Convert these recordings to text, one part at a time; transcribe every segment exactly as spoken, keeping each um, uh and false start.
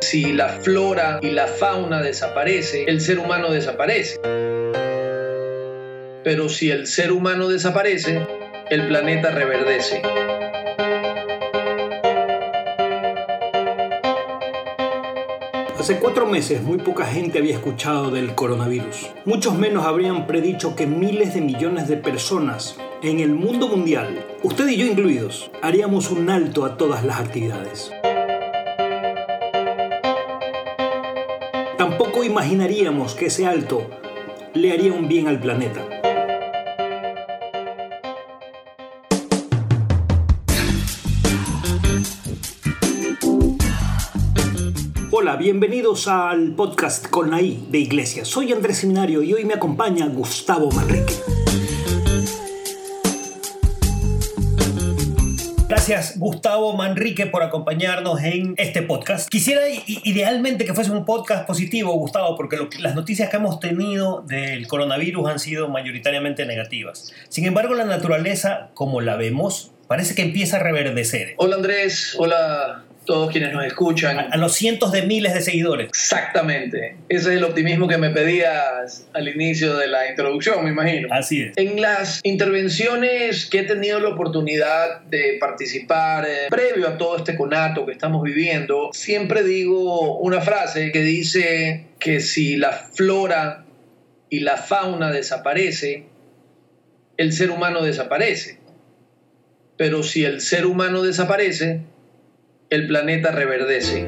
Si la flora y la fauna desaparece, el ser humano desaparece. Pero si el ser humano desaparece, el planeta reverdece. Hace cuatro meses muy poca gente había escuchado del coronavirus. Muchos menos habrían predicho que miles de millones de personas en el mundo mundial, usted y yo incluidos, haríamos un alto a todas las actividades. Tampoco imaginaríamos que ese alto le haría un bien al planeta. Hola, bienvenidos al podcast con la I de Iglesia. Soy Andrés Seminario y hoy me acompaña Gustavo Manrique. Gracias, Gustavo Manrique, por acompañarnos en este podcast. Quisiera idealmente que fuese un podcast positivo, Gustavo, porque lo, las noticias que hemos tenido del coronavirus han sido mayoritariamente negativas. Sin embargo, la naturaleza, como la vemos, parece que empieza a reverdecer. Hola Andrés, hola todos quienes nos escuchan. A, a los cientos de miles de seguidores. Exactamente. Ese es el optimismo que me pedías al inicio de la introducción, me imagino. Así es. En las intervenciones que he tenido la oportunidad de participar eh, previo a todo este conato que estamos viviendo, siempre digo una frase que dice que si la flora y la fauna desaparece, el ser humano desaparece. Pero si el ser humano desaparece, el planeta reverdece.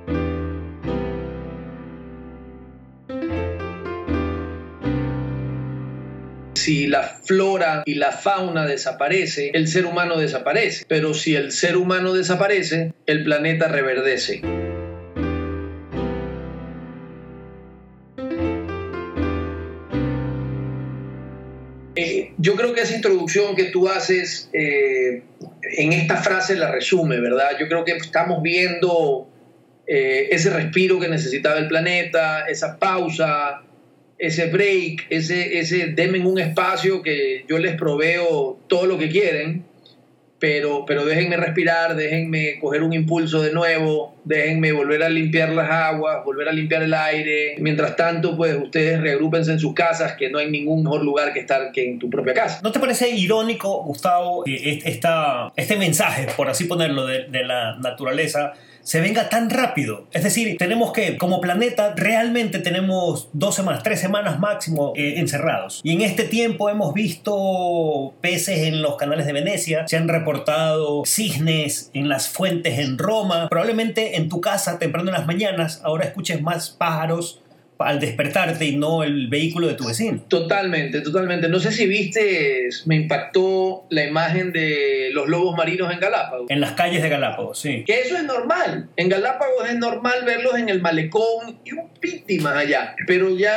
Si la flora y la fauna desaparece, el ser humano desaparece. Pero si el ser humano desaparece, el planeta reverdece. Eh, yo creo que esa introducción que tú haces eh, en esta frase la resume, ¿verdad? Yo creo que estamos viendo eh, ese respiro que necesitaba el planeta, esa pausa, ese break, ese, ese denme un espacio que yo les proveo todo lo que quieren, pero, pero déjenme respirar, déjenme coger un impulso de nuevo, déjenme volver a limpiar las aguas, volver a limpiar el aire. Mientras tanto, pues ustedes reagrúpense en sus casas, que no hay ningún mejor lugar que estar que en tu propia casa. ¿No te parece irónico, Gustavo, que esta, este mensaje, por así ponerlo, de, de la naturaleza se venga tan rápido? Es decir, tenemos que, como planeta, realmente tenemos dos semanas, tres semanas máximo eh, encerrados. Y en este tiempo hemos visto peces en los canales de Venecia, se han reportado cisnes en las fuentes en Roma. Probablemente en tu casa, temprano en las mañanas, ahora escuches más pájaros al despertarte y no el vehículo de tu vecino. Totalmente, totalmente. No sé si viste, me impactó la imagen de los lobos marinos en Galápagos. En las calles de Galápagos, sí. Que eso es normal. En Galápagos es normal verlos en el malecón y un piti más allá. Pero ya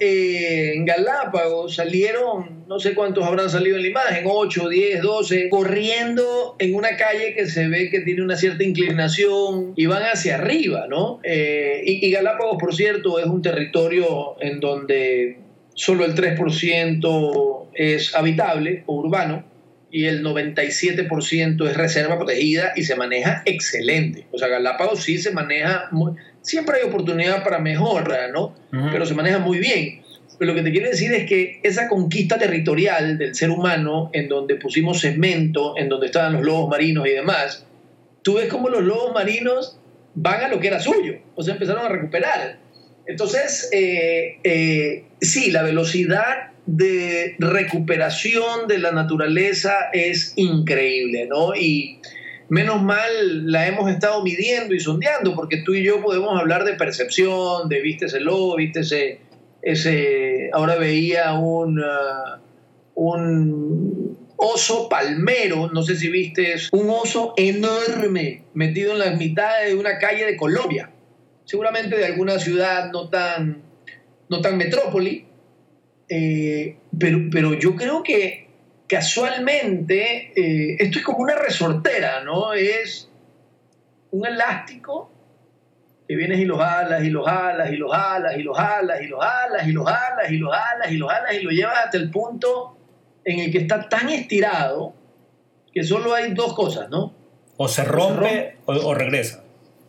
eh, en Galápagos salieron, no sé cuántos habrán salido en la imagen, ocho, diez, doce, corriendo en una calle que se ve que tiene una cierta inclinación y van hacia arriba, ¿no? Eh, y, y Galápagos, por cierto, es un territorio territorio en donde solo el tres por ciento es habitable o urbano y el noventa y siete por ciento es reserva protegida y se maneja excelente. O sea, Galápagos sí se maneja muy, siempre hay oportunidad para mejora, ¿no? Uh-huh. Pero se maneja muy bien. Pero lo que te quiero decir es que esa conquista territorial del ser humano, en donde pusimos cemento, en donde estaban los lobos marinos y demás, tú ves cómo los lobos marinos van a lo que era suyo, o sea, empezaron a recuperar. Entonces, eh, eh, sí, la velocidad de recuperación de la naturaleza es increíble, ¿no? Y menos mal la hemos estado midiendo y sondeando, porque tú y yo podemos hablar de percepción, de viste ese lobo, viste ese... ese ahora veía un, uh, un oso palmero, no sé si viste, un oso enorme metido en la mitad de una calle de Colombia. Seguramente de alguna ciudad no tan, no tan metrópoli, eh, pero, pero yo creo que casualmente eh, esto es como una resortera, ¿no? Es un elástico que vienes y lo jalas, y lo jalas, y lo jalas, y lo jalas, y lo jalas, y lo jalas, y lo jalas, y lo jalas, y lo llevas hasta el punto en el que está tan estirado que solo hay dos cosas, ¿no? O se rompe o, se rompe, o, o regresa.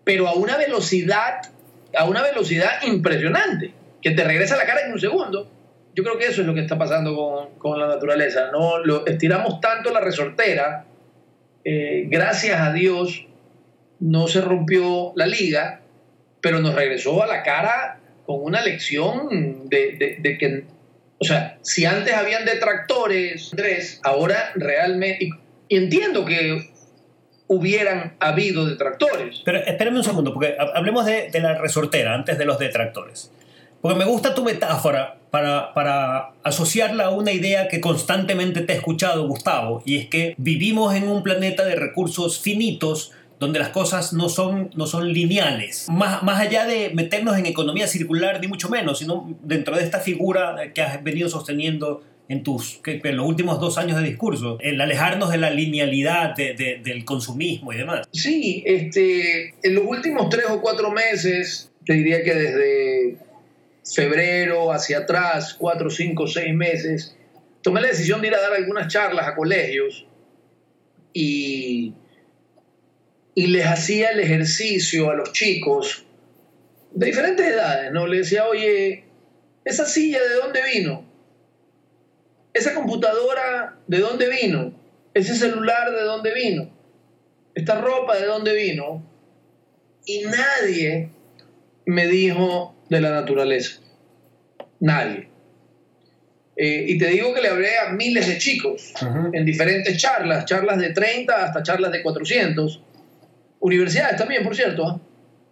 pero a una velocidad, a una velocidad impresionante, que te regresa la cara en un segundo. Yo creo que eso es lo que está pasando con, con la naturaleza, ¿no? Lo, estiramos tanto la resortera, eh, gracias a Dios no se rompió la liga, pero nos regresó a la cara con una lección de, de, de que, o sea, si antes habían detractores, Andrés, ahora realmente, y, y entiendo que hubieran habido detractores. Pero espérame un segundo, porque hablemos de, de la resortera antes de los detractores. Porque me gusta tu metáfora para, para asociarla a una idea que constantemente te he escuchado, Gustavo, y es que vivimos en un planeta de recursos finitos donde las cosas no son, no son lineales. Más, más allá de meternos en economía circular, ni mucho menos, sino dentro de esta figura que has venido sosteniendo en, tus, que, que en los últimos dos años de discurso, el alejarnos de la linealidad de, de, del consumismo y demás. Sí, este, en los últimos tres o cuatro meses, te diría que desde febrero hacia atrás, cuatro, cinco, seis meses, tomé la decisión de ir a dar algunas charlas a colegios y, y les hacía el ejercicio a los chicos de diferentes edades, ¿no? Les decía, oye, ¿esa silla de dónde vino? ¿Esa computadora de dónde vino? ¿Ese celular de dónde vino? ¿Esta ropa de dónde vino? Y nadie me dijo de la naturaleza. Nadie. Eh, y te digo que le hablé a miles de chicos uh-huh. en diferentes charlas, charlas de treinta hasta charlas de cuatrocientos, universidades también, por cierto. ¿eh?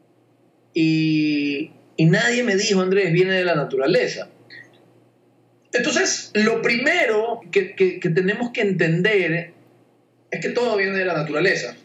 Y, y nadie me dijo, Andrés, viene de la naturaleza. Entonces, lo primero que, que, que tenemos que entender es que todo viene de la naturaleza.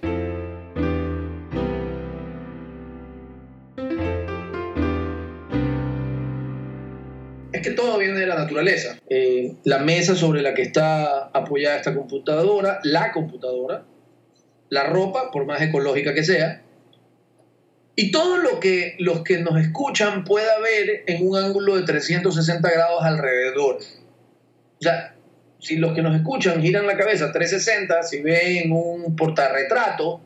Es que todo viene de la naturaleza. Eh, la mesa sobre la que está apoyada esta computadora, la computadora, la ropa, por más ecológica que sea, y todo lo que los que nos escuchan pueda ver en un ángulo de trescientos sesenta grados alrededor. O sea, si los que nos escuchan giran la cabeza trescientos sesenta, si ven un portarretrato,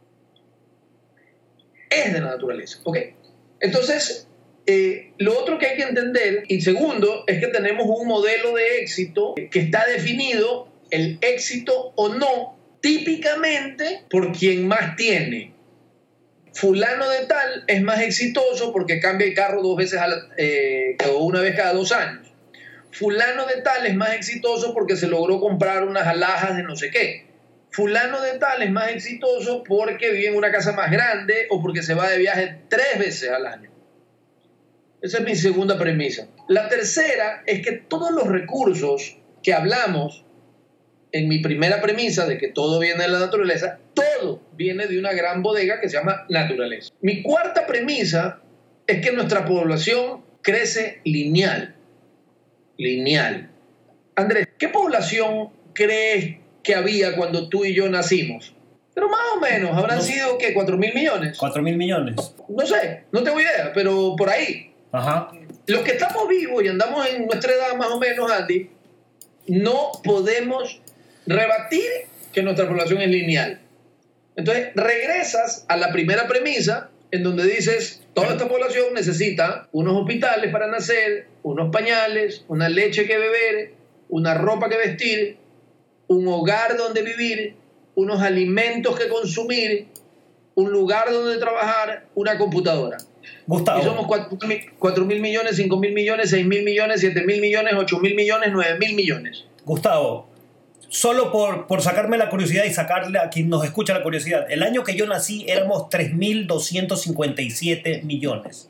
es de la naturaleza. ¿Ok? Entonces, eh, lo otro que hay que entender, y segundo, es que tenemos un modelo de éxito que está definido, el éxito o no, típicamente por quien más tiene. Fulano de tal es más exitoso porque cambia el carro dos veces a la, eh, o una vez cada dos años. Fulano de tal es más exitoso porque se logró comprar unas alhajas de no sé qué. Fulano de tal es más exitoso porque vive en una casa más grande o porque se va de viaje tres veces al año. Esa es mi segunda premisa. La tercera es que todos los recursos que hablamos en mi primera premisa de que todo viene de la naturaleza, todo viene de una gran bodega que se llama naturaleza. Mi cuarta premisa es que nuestra población crece lineal. Lineal. Andrés, ¿qué población crees que había cuando tú y yo nacimos? Pero más o menos, ¿habrán no, sido qué? ¿Cuatro mil millones? Cuatro mil millones. No sé, no tengo idea, pero por ahí. Ajá. Los que estamos vivos y andamos en nuestra edad más o menos, Andy, no podemos rebatir que nuestra población es lineal. Entonces, regresas a la primera premisa en donde dices, toda esta población necesita unos hospitales para nacer, unos pañales, una leche que beber, una ropa que vestir, un hogar donde vivir, unos alimentos que consumir, un lugar donde trabajar, una computadora. Gustavo. Y somos cuatro mil millones, cinco mil millones, seis mil millones, siete mil millones, ocho mil millones, nueve mil millones. Gustavo, solo por, por sacarme la curiosidad y sacarle a quien nos escucha la curiosidad, el año que yo nací éramos tres mil doscientos cincuenta y siete millones.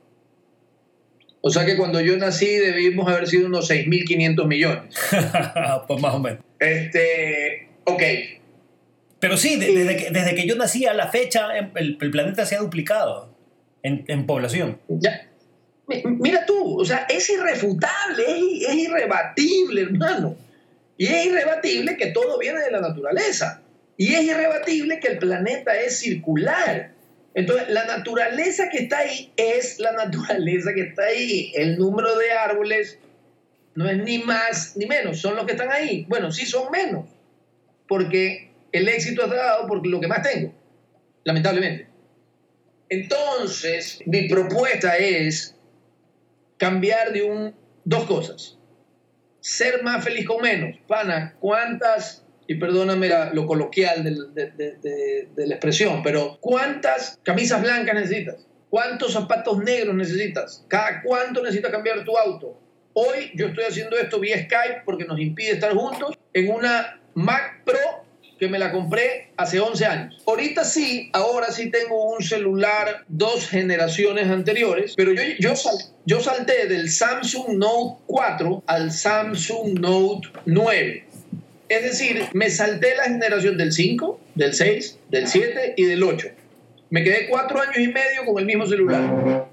O sea que cuando yo nací debimos haber sido unos seis mil quinientos millones. Pues más o menos. Este, ok. Pero sí, de, desde, que, desde que yo nací a la fecha, el, el planeta se ha duplicado en, en población. Ya. Mira tú, o sea, es irrefutable, es, es irrebatible, hermano. Y es irrebatible que todo viene de la naturaleza. Y es irrebatible que el planeta es circular. Entonces, la naturaleza que está ahí es la naturaleza que está ahí. El número de árboles no es ni más ni menos, son los que están ahí. Bueno, sí son menos, porque el éxito está dado por lo que más tengo, lamentablemente. Entonces, mi propuesta es cambiar de un, dos cosas. Ser más feliz con menos. Pana, ¿cuántas, y perdóname la, lo coloquial del, de, de, de, de la expresión, pero ¿cuántas camisas blancas necesitas? ¿Cuántos zapatos negros necesitas? ¿Cada cuánto necesitas cambiar tu auto? Hoy yo estoy haciendo esto vía Skype porque nos impide estar juntos en una Mac Pro que me la compré hace once años. Ahorita sí, ahora sí tengo un celular dos generaciones anteriores, pero yo, yo, sal, yo salté del Samsung Note cuatro al Samsung Note nueve. Es decir, me salté la generación del cinco, del seis, del siete y del ocho. Me quedé cuatro años y medio con el mismo celular.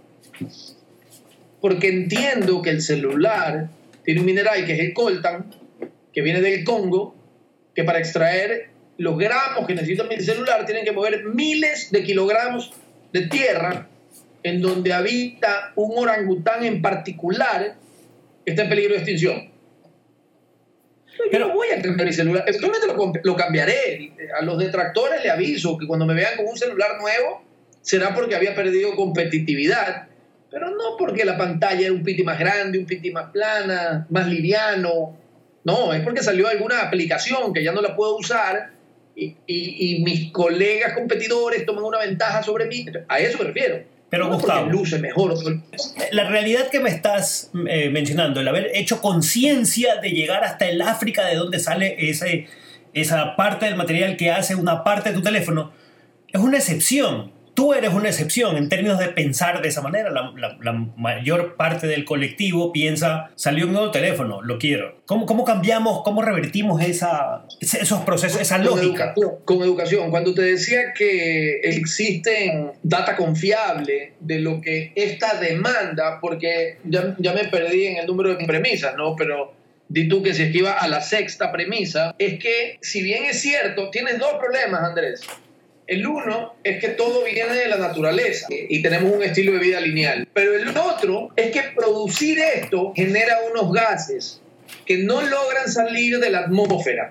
Porque entiendo que el celular tiene un mineral que es el coltan, que viene del Congo, que para extraer los gramos que necesita mi celular tienen que mover miles de kilogramos de tierra en donde habita un orangután en particular que está en peligro de extinción. Pero yo no voy a cambiar mi celular, eventualmente lo, lo cambiaré. A los detractores le aviso que cuando me vean con un celular nuevo será porque había perdido competitividad, pero no porque la pantalla era un piti más grande, un piti más plana, más liviano. No, es porque salió alguna aplicación que ya no la puedo usar y, y, y mis colegas competidores toman una ventaja sobre mí. A eso me refiero. Pero no Gustavo, luce mejor. La realidad que me estás eh, mencionando, el haber hecho conciencia de llegar hasta el África de donde sale ese, esa parte del material que hace una parte de tu teléfono, es una excepción. Tú eres una excepción en términos de pensar de esa manera. La, la, la mayor parte del colectivo piensa, salió un nuevo teléfono, lo quiero. ¿Cómo, cómo cambiamos, cómo revertimos esa, esos procesos, esa con lógica? Educación, con educación. Cuando te decía que existen data confiable de lo que esta demanda, porque ya, ya me perdí en el número de premisas, ¿no? Pero di tú que si esquiva a la sexta premisa, es que si bien es cierto, tienes dos problemas, Andrés. El uno es que todo viene de la naturaleza y tenemos un estilo de vida lineal. Pero el otro es que producir esto genera unos gases que no logran salir de la atmósfera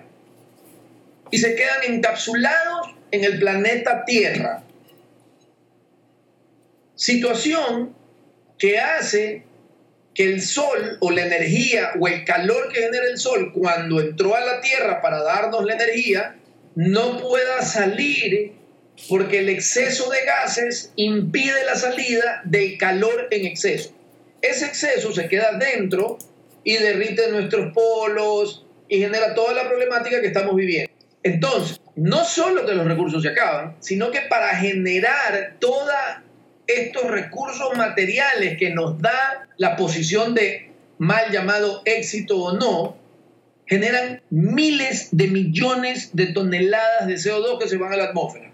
y se quedan encapsulados en el planeta Tierra. Situación que hace que el sol o la energía o el calor que genera el sol cuando entró a la Tierra para darnos la energía no pueda salir porque el exceso de gases impide la salida del calor en exceso. Ese exceso se queda dentro y derrite nuestros polos y genera toda la problemática que estamos viviendo. Entonces, no solo que los recursos se acaban, sino que para generar todos estos recursos materiales que nos da la posición de mal llamado éxito o no, generan miles de millones de toneladas de C O dos que se van a la atmósfera.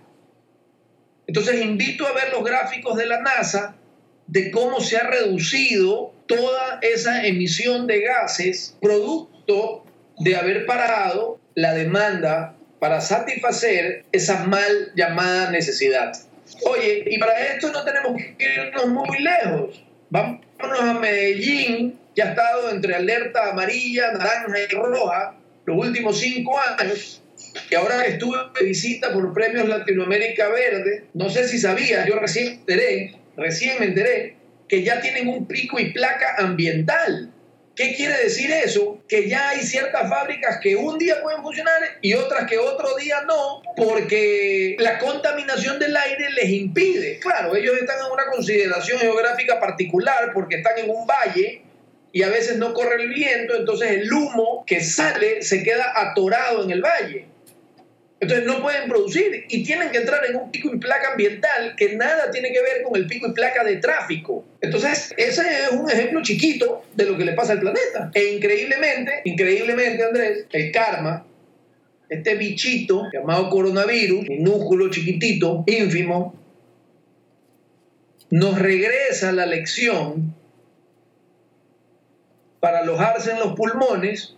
Entonces invito a ver los gráficos de la NASA de cómo se ha reducido toda esa emisión de gases producto de haber parado la demanda para satisfacer esa mal llamada necesidad. Oye, y para esto no tenemos que irnos muy lejos. Vámonos a Medellín, que ha estado entre alerta amarilla, naranja y roja los últimos cinco años, y ahora estuve de visita por Premios Latinoamérica Verde. No sé si sabías, yo recién me enteré, recién me enteré que ya tienen un pico y placa ambiental. ¿Qué quiere decir eso? Que ya hay ciertas fábricas que un día pueden funcionar y otras que otro día no, porque la contaminación del aire les impide. Claro, ellos están en una consideración geográfica particular porque están en un valle y a veces no corre el viento, entonces el humo que sale se queda atorado en el valle. Entonces no pueden producir y tienen que entrar en un pico y placa ambiental que nada tiene que ver con el pico y placa de tráfico. Entonces ese es un ejemplo chiquito de lo que le pasa al planeta. E increíblemente, increíblemente Andrés, el karma, este bichito llamado coronavirus, minúsculo, chiquitito, ínfimo, nos regresa la lección para alojarse en los pulmones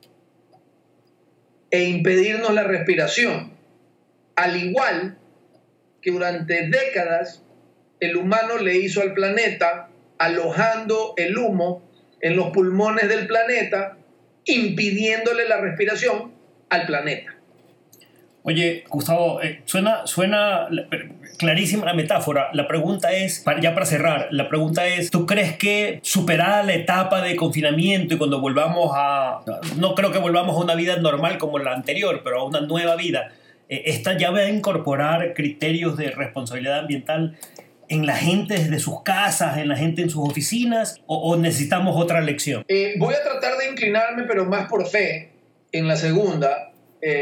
e impedirnos la respiración, al igual que durante décadas el humano le hizo al planeta alojando el humo en los pulmones del planeta, impidiéndole la respiración al planeta. Oye, Gustavo, eh, suena, suena clarísima la metáfora. La pregunta es, para, ya para cerrar, la pregunta es, ¿tú crees que superada la etapa de confinamiento y cuando volvamos a, no creo que volvamos a una vida normal como la anterior, pero a una nueva vida, eh, esta ya va a incorporar criterios de responsabilidad ambiental en la gente desde sus casas, en la gente en sus oficinas, o, o necesitamos otra lección? Eh, voy a tratar de inclinarme, pero más por fe, en la segunda.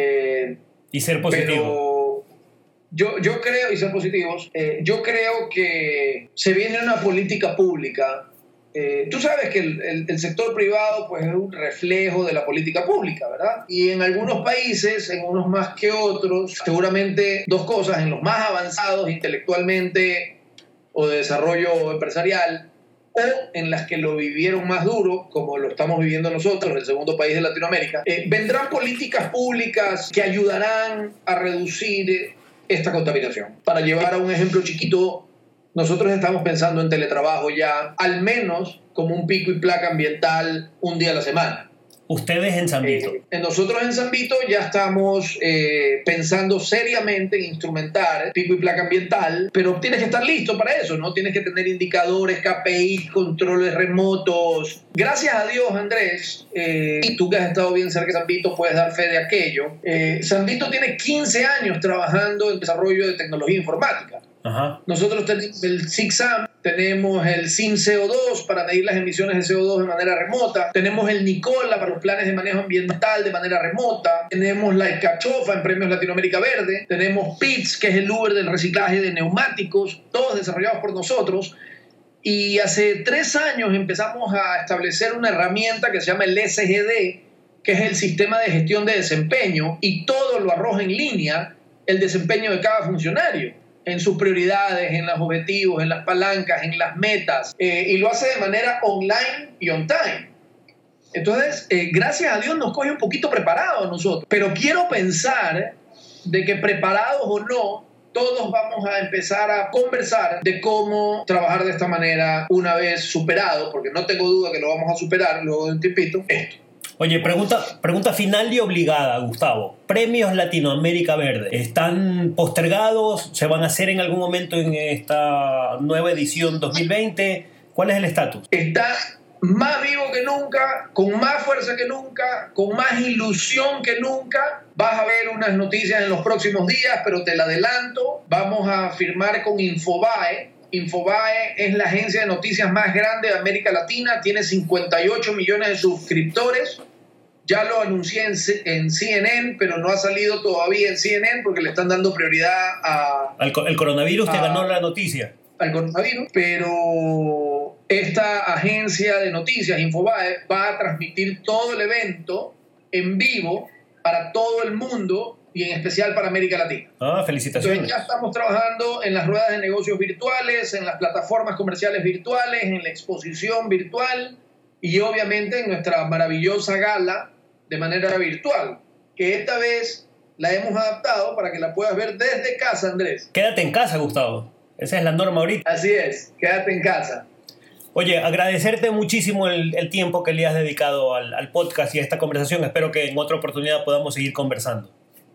Eh, Y ser positivo. Pero yo, yo creo, y ser positivos, eh, yo creo que se viene una política pública. Eh, tú sabes que el, el, el sector privado pues, es un reflejo de la política pública, ¿verdad? Y en algunos países, en unos más que otros, seguramente dos cosas, en los más avanzados intelectualmente o de desarrollo empresarial, o en las que lo vivieron más duro, como lo estamos viviendo nosotros, el segundo país de Latinoamérica, eh, vendrán políticas públicas que ayudarán a reducir esta contaminación. Para llevar a un ejemplo chiquito, nosotros estamos pensando en teletrabajo ya, al menos como un pico y placa ambiental un día a la semana. Ustedes en San Vito. Eh, nosotros en San Vito ya estamos eh, pensando seriamente en instrumentar pico y placa ambiental, pero tienes que estar listo para eso, ¿no? Tienes que tener indicadores, K P I, controles remotos. Gracias a Dios, Andrés, eh, y tú que has estado bien cerca de San Vito puedes dar fe de aquello. Eh, San Vito tiene quince años trabajando en desarrollo de tecnología informática. Ajá. Nosotros tenemos el SIGSAM, tenemos el SIM C O dos para medir las emisiones de C O dos de manera remota, tenemos el NICOLA para los planes de manejo ambiental de manera remota, tenemos la Alcachofa en Premios Latinoamérica Verde, tenemos P I T S, que es el Uber del reciclaje de neumáticos, todos desarrollados por nosotros. Y hace tres años empezamos a establecer una herramienta que se llama el S G D, que es el Sistema de Gestión de Desempeño, y todo lo arroja en línea el desempeño de cada funcionario, en sus prioridades, en los objetivos, en las palancas, en las metas, eh, y lo hace de manera online y on time. Entonces, eh, gracias a Dios nos coge un poquito preparados a nosotros, pero quiero pensar de que preparados o no, todos vamos a empezar a conversar de cómo trabajar de esta manera una vez superado, porque no tengo duda que lo vamos a superar luego de un tiempito, esto. Oye, pregunta, pregunta final y obligada, Gustavo. Premios Latinoamérica Verde, ¿están postergados? ¿Se van a hacer en algún momento en esta nueva edición dos mil veinte? ¿Cuál es el estatus? Está más vivo que nunca, con más fuerza que nunca, con más ilusión que nunca. Vas a ver unas noticias en los próximos días, pero te la adelanto. Vamos a firmar con Infobae. Infobae es la agencia de noticias más grande de América Latina, tiene cincuenta y ocho millones de suscriptores. Ya lo anuncié en, en C N N, pero no ha salido todavía en C N N porque le están dando prioridad a... Al, el coronavirus a, te ganó la noticia. Al coronavirus, pero esta agencia de noticias, Infobae, va a transmitir todo el evento en vivo para todo el mundo y en especial para América Latina. Ah, felicitaciones. Entonces ya estamos trabajando en las ruedas de negocios virtuales, en las plataformas comerciales virtuales, en la exposición virtual y obviamente en nuestra maravillosa gala de manera virtual, que esta vez la hemos adaptado para que la puedas ver desde casa, Andrés. Quédate en casa, Gustavo. Esa es la norma ahorita. Así es, quédate en casa. Oye, agradecerte muchísimo el, el tiempo que le has dedicado al, al podcast y a esta conversación. Espero que en otra oportunidad podamos seguir conversando.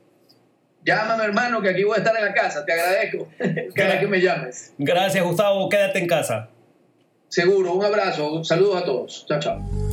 Llámame, hermano, que aquí voy a estar en la casa. Te agradezco cada que me llames. Gracias, Gustavo. Quédate en casa. Seguro. Un abrazo. Saludos a todos. Chao, chao.